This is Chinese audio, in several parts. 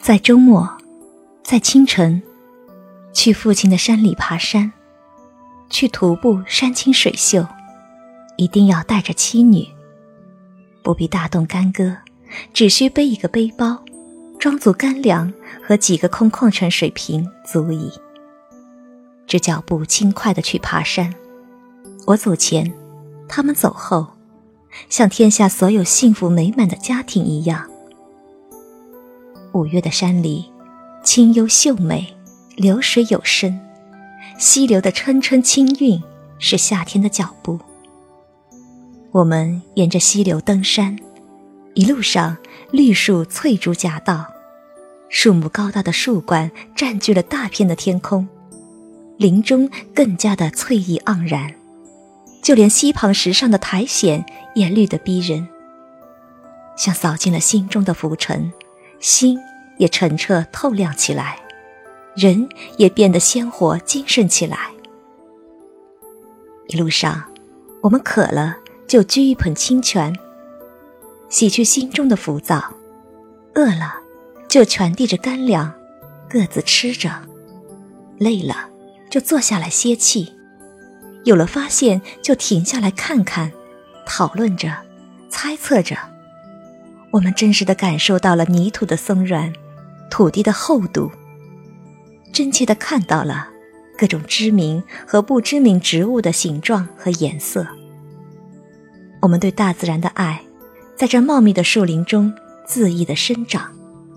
在周末，在清晨，去父亲的山里爬山，去徒步山清水秀，一定要带着妻女，不必大动干戈，只需背一个背包，装足干粮和几个空矿泉水瓶足矣。只脚步轻快地去爬山，我走前，他们走后，像天下所有幸福美满的家庭一样。5月的山里，清幽秀美，流水有声，溪流的氆氆清韵是夏天的脚步。我们沿着溪流登山，一路上绿树翠竹夹道，树木高大的树冠占据了大片的天空，林中更加的翠意盎然，就连溪旁石上的苔藓也绿得逼人，像扫进了心中的浮尘，心也澄澈透亮起来，人也变得鲜活精神起来。一路上，我们渴了就掬一盆清泉，洗去心中的浮躁，饿了就传递着干粮，各自吃着，累了就坐下来歇气，有了发现就停下来看看，讨论着，猜测着。我们真实地感受到了泥土的松软，土地的厚度，真切地看到了各种知名和不知名植物的形状和颜色。我们对大自然的爱，在这茂密的树林中恣意地生长。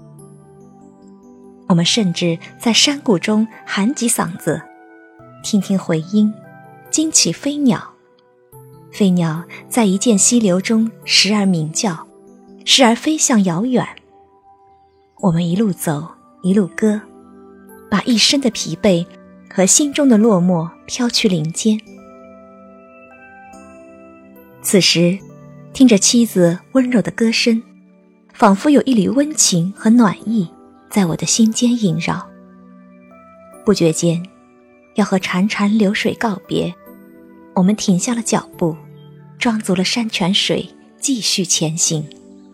我们甚至在山谷中喊几嗓子，听听回音，惊起飞鸟。飞鸟在一涧溪流中时而鸣叫，时而飞向遥远。我们一路走，一路歌，把一身的疲惫和心中的落寞飘去林间。此时，听着妻子温柔的歌声，仿佛有一缕温情和暖意在我的心间萦绕。不觉间，要和潺潺流水告别，我们停下了脚步，装足了山泉水，继续前行。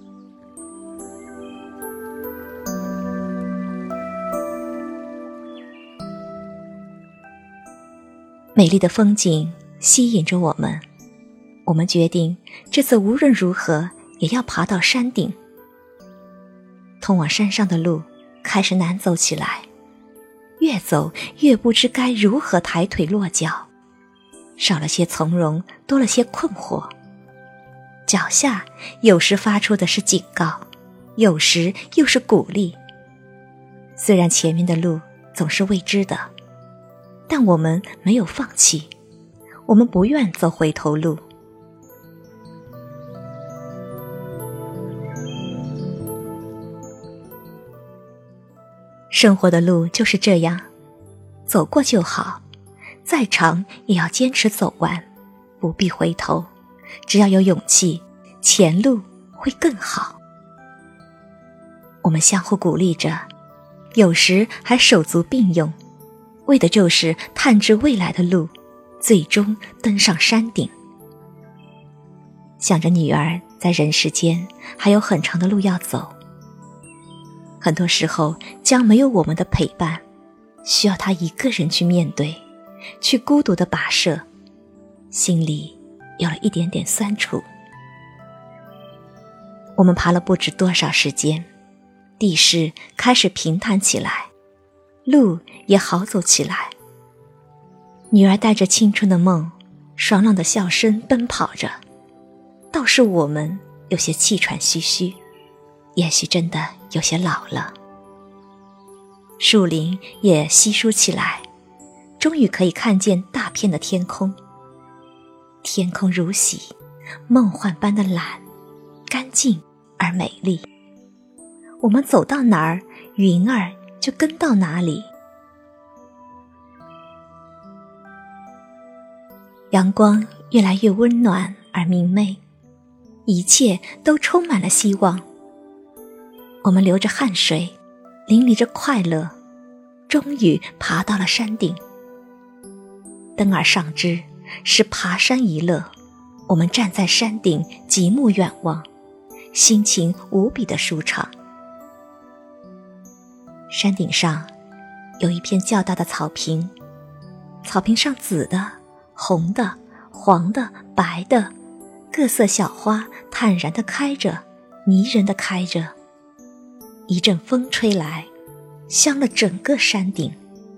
美丽的风景吸引着我们，我们决定这次无论如何也要爬到山顶。通往山上的路开始难走起来，越走越不知该如何抬腿落脚，少了些从容，多了些困惑。脚下有时发出的是警告，有时又是鼓励。虽然前面的路总是未知的，但我们没有放弃，我们不愿走回头路。生活的路就是这样，走过就好，再长也要坚持走完，不必回头，只要有勇气，前路会更好。我们相互鼓励着，有时还手足并用，为的就是探知未来的路，最终登上山顶。想着女儿在人世间还有很长的路要走，很多时候将没有我们的陪伴，需要她一个人去面对，去孤独的跋涉，心里有了一点点酸楚。我们爬了不知多少时间，地势开始平坦起来，路也好走起来。女儿带着青春的梦，爽朗的笑声奔跑着，倒是我们有些气喘吁吁，也许真的有些老了。树林也稀疏起来，终于可以看见大片的天空。天空如洗，梦幻般的蓝，干净而美丽。我们走到哪儿，云儿就跟到哪里。阳光越来越温暖而明媚，一切都充满了希望。我们流着汗水，淋漓着快乐，终于爬到了山顶。登而上之，是爬山一乐。我们站在山顶，极目远望，心情无比的舒畅。 山顶上有一片较大的草坪，草坪上紫的、红的、黄的、白的，各色小花坦然地开着，迷人地开着。一阵风吹来，香了整个山顶。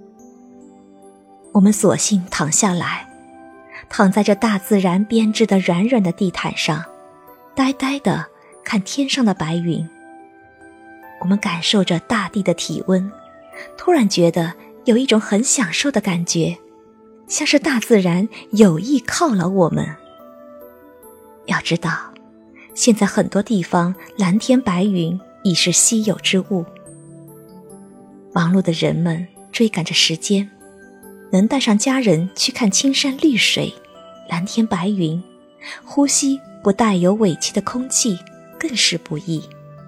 我们索性躺下来，躺在这大自然编织的软软的地毯上，呆呆地看天上的白云。我们感受着大地的体温，突然觉得有一种很享受的感觉，像是大自然有意犒劳我们。要知道，现在很多地方蓝天白云已是稀有之物。忙碌的人们追赶着时间，能带上家人去看青山绿水、蓝天白云，呼吸不带有尾气的空气，更是不易。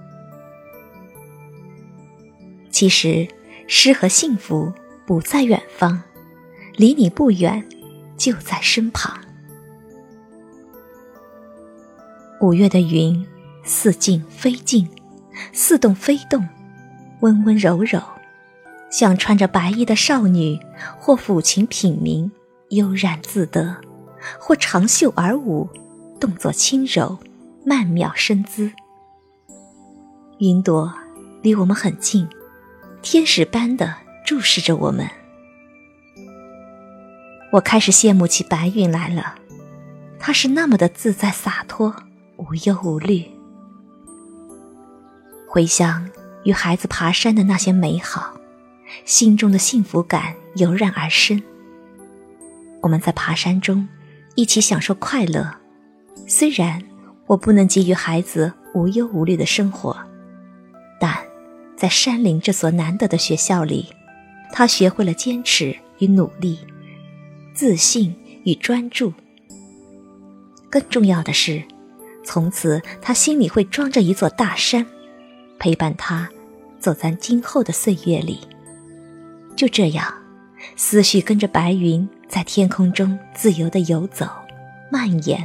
其实，诗和幸福不在远方，离你不远，就在身旁。5月的云，似静非静，似动非动，温温柔柔，像穿着白衣的少女，或抚琴品茗，悠然自得，或长袖而舞，动作轻柔，曼妙身姿。云朵离我们很近，天使般地注视着我们。我开始羡慕起白云来了，它是那么的自在洒脱，无忧无虑。回想与孩子爬山的那些美好，心中的幸福感油然而生。我们在爬山中一起享受快乐，虽然我不能给予孩子无忧无虑的生活，但在山林这所难得的学校里，他学会了坚持与努力，自信与专注。更重要的是，从此他心里会装着一座大山，陪伴他走在今后的岁月里。就这样，思绪跟着白云在天空中自由地游走蔓延。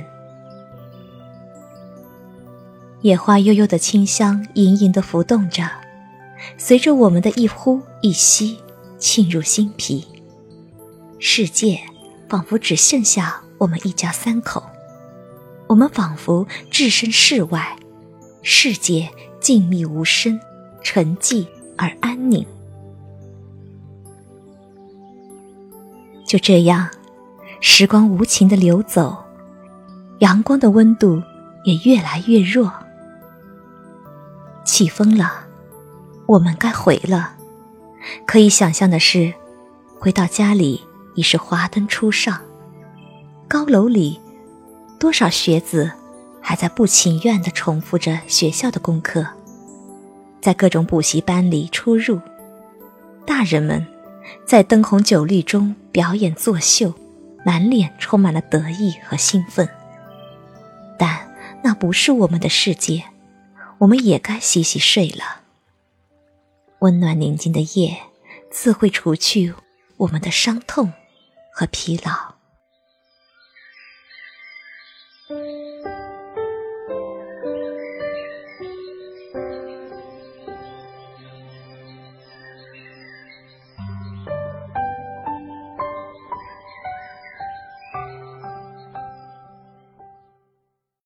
野花悠悠的清香隐隐地浮动着，随着我们的一呼一吸沁入心脾。世界仿佛只剩下我们一家3口，我们仿佛置身事外，世界静谧无声，沉寂而安宁。就这样，时光无情地流走，阳光的温度也越来越弱。起风了，我们该回了。可以想象的是，回到家里已是华灯初上，高楼里多少学子还在不情愿地重复着学校的功课，在各种补习班里出入。大人们在灯红酒绿中表演作秀，满脸充满了得意和兴奋。但那不是我们的世界，我们也该洗洗睡了。温暖宁静的夜自会除去我们的伤痛和疲劳。